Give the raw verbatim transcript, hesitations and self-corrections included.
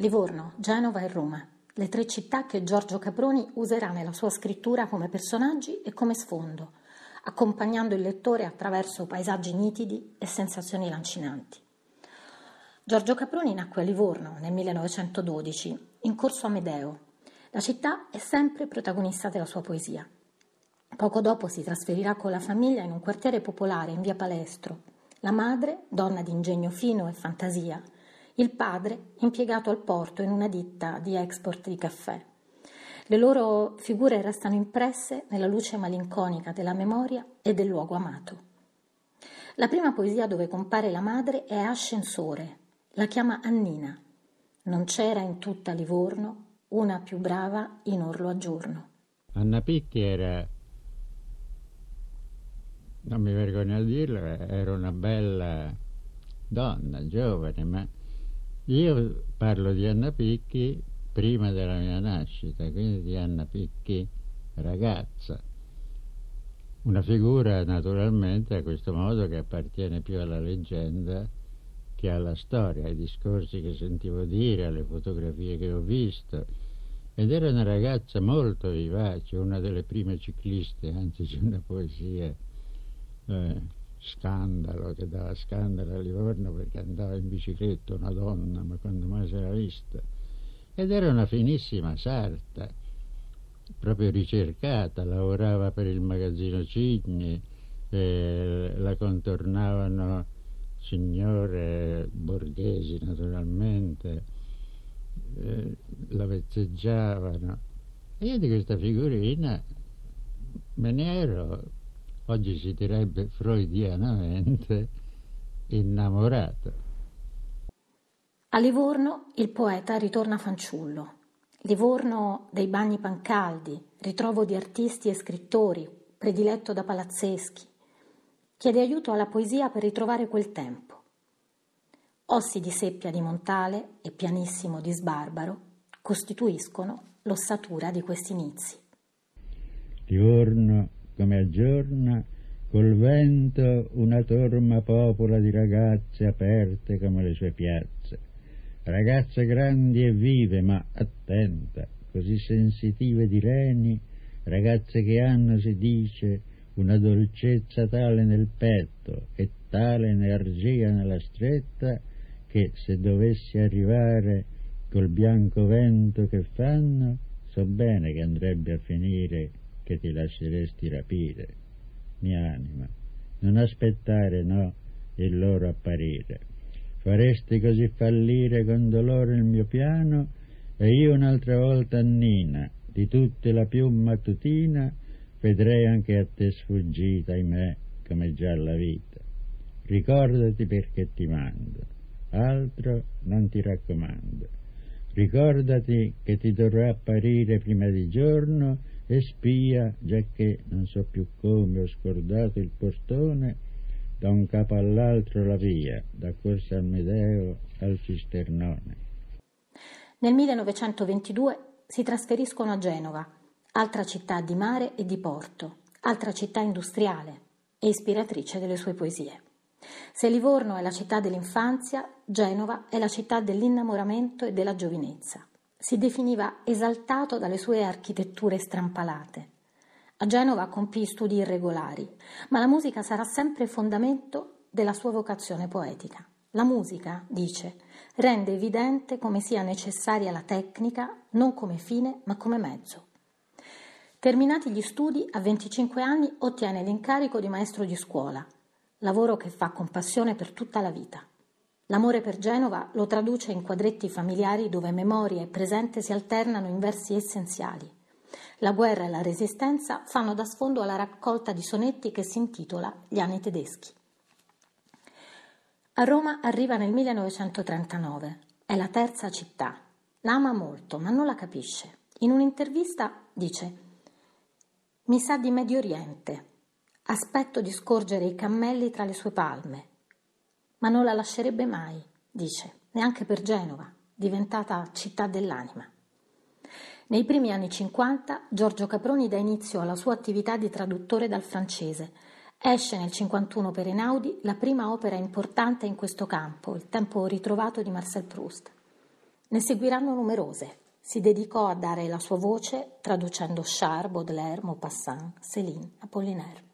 Livorno, Genova e Roma, le tre città che Giorgio Caproni userà nella sua scrittura come personaggi e come sfondo, accompagnando il lettore attraverso paesaggi nitidi e sensazioni lancinanti. Giorgio Caproni nacque a Livorno nel millenovecentododici, in Corso Amedeo. La città è sempre protagonista della sua poesia. Poco dopo si trasferirà con la famiglia in un quartiere popolare in via Palestro. La madre, donna di ingegno fino e fantasia, il padre, impiegato al porto in una ditta di export di caffè. Le loro figure restano impresse nella luce malinconica della memoria e del luogo amato. La prima poesia dove compare la madre è Ascensore, la chiama Annina. Non c'era in tutta Livorno una più brava in orlo a giorno. Anna Picchi era, non mi vergogno a dirlo, era una bella donna, giovane, ma io parlo di Anna Picchi prima della mia nascita, quindi di Anna Picchi ragazza. Una figura naturalmente a questo modo che appartiene più alla leggenda che alla storia, ai discorsi che sentivo dire, alle fotografie che ho visto. Ed era una ragazza molto vivace, una delle prime cicliste, anzi c'è una poesia, eh, Scandalo, che dava scandalo a Livorno perché andava in bicicletta una donna, ma quando mai si era vista. Ed era una finissima sarta, proprio ricercata, lavorava per il magazzino Cigni, eh, la contornavano signore borghesi naturalmente, eh, la vezzeggiavano. E io di questa figurina me ne ero, oggi si direbbe freudianamente, innamorato. A Livorno il poeta ritorna fanciullo. Livorno dei bagni Pancaldi, ritrovo di artisti e scrittori, prediletto da Palazzeschi. Chiede aiuto alla poesia per ritrovare quel tempo. Ossi di seppia di Montale e pianissimo di Sbarbaro costituiscono l'ossatura di questi inizi. Livorno come aggiorna, col vento una torma popola di ragazze aperte come le sue piazze, ragazze grandi e vive ma attenta, così sensitive di reni, ragazze che hanno, si dice, una dolcezza tale nel petto e tale energia nella stretta che se dovessi arrivare col bianco vento che fanno, so bene che andrebbe a finire che ti lasceresti rapire, mia anima, non aspettare, no, il loro apparire. Faresti così fallire con dolore il mio piano e io un'altra volta Annina, di tutte la più mattutina, vedrei anche a te sfuggita, ahimè, come già la vita. Ricordati perché ti mando, altro non ti raccomando. Ricordati che ti dovrà apparire prima di giorno e spia, giacché non so più come ho scordato il portone, da un capo all'altro la via, da Corso Amedeo al Cisternone. Nel millenovecentoventidue si trasferiscono a Genova, altra città di mare e di porto, altra città industriale e ispiratrice delle sue poesie. Se Livorno è la città dell'infanzia, Genova è la città dell'innamoramento e della giovinezza. Si definiva esaltato dalle sue architetture strampalate. A Genova compì studi irregolari, ma la musica sarà sempre fondamento della sua vocazione poetica. La musica, dice, rende evidente come sia necessaria la tecnica non come fine ma come mezzo. Terminati gli studi, a venticinque anni ottiene l'incarico di maestro di scuola, lavoro che fa con passione per tutta la vita. L'amore per Genova lo traduce in quadretti familiari dove memoria e presente si alternano in versi essenziali. La guerra e la resistenza fanno da sfondo alla raccolta di sonetti che si intitola Gli anni tedeschi. A Roma arriva nel millenovecentotrentanove. È la terza città. La ama molto, ma non la capisce. In un'intervista dice: «Mi sa di Medio Oriente. Aspetto di scorgere i cammelli tra le sue palme. Ma non la lascerebbe mai», dice, neanche per Genova, diventata città dell'anima. Nei primi anni cinquanta Giorgio Caproni dà inizio alla sua attività di traduttore dal francese. Esce nel cinquantuno per Einaudi la prima opera importante in questo campo, Il tempo ritrovato di Marcel Proust. Ne seguiranno numerose. Si dedicò a dare la sua voce traducendo Charles, Baudelaire, Maupassant, Céline, Apollinaire.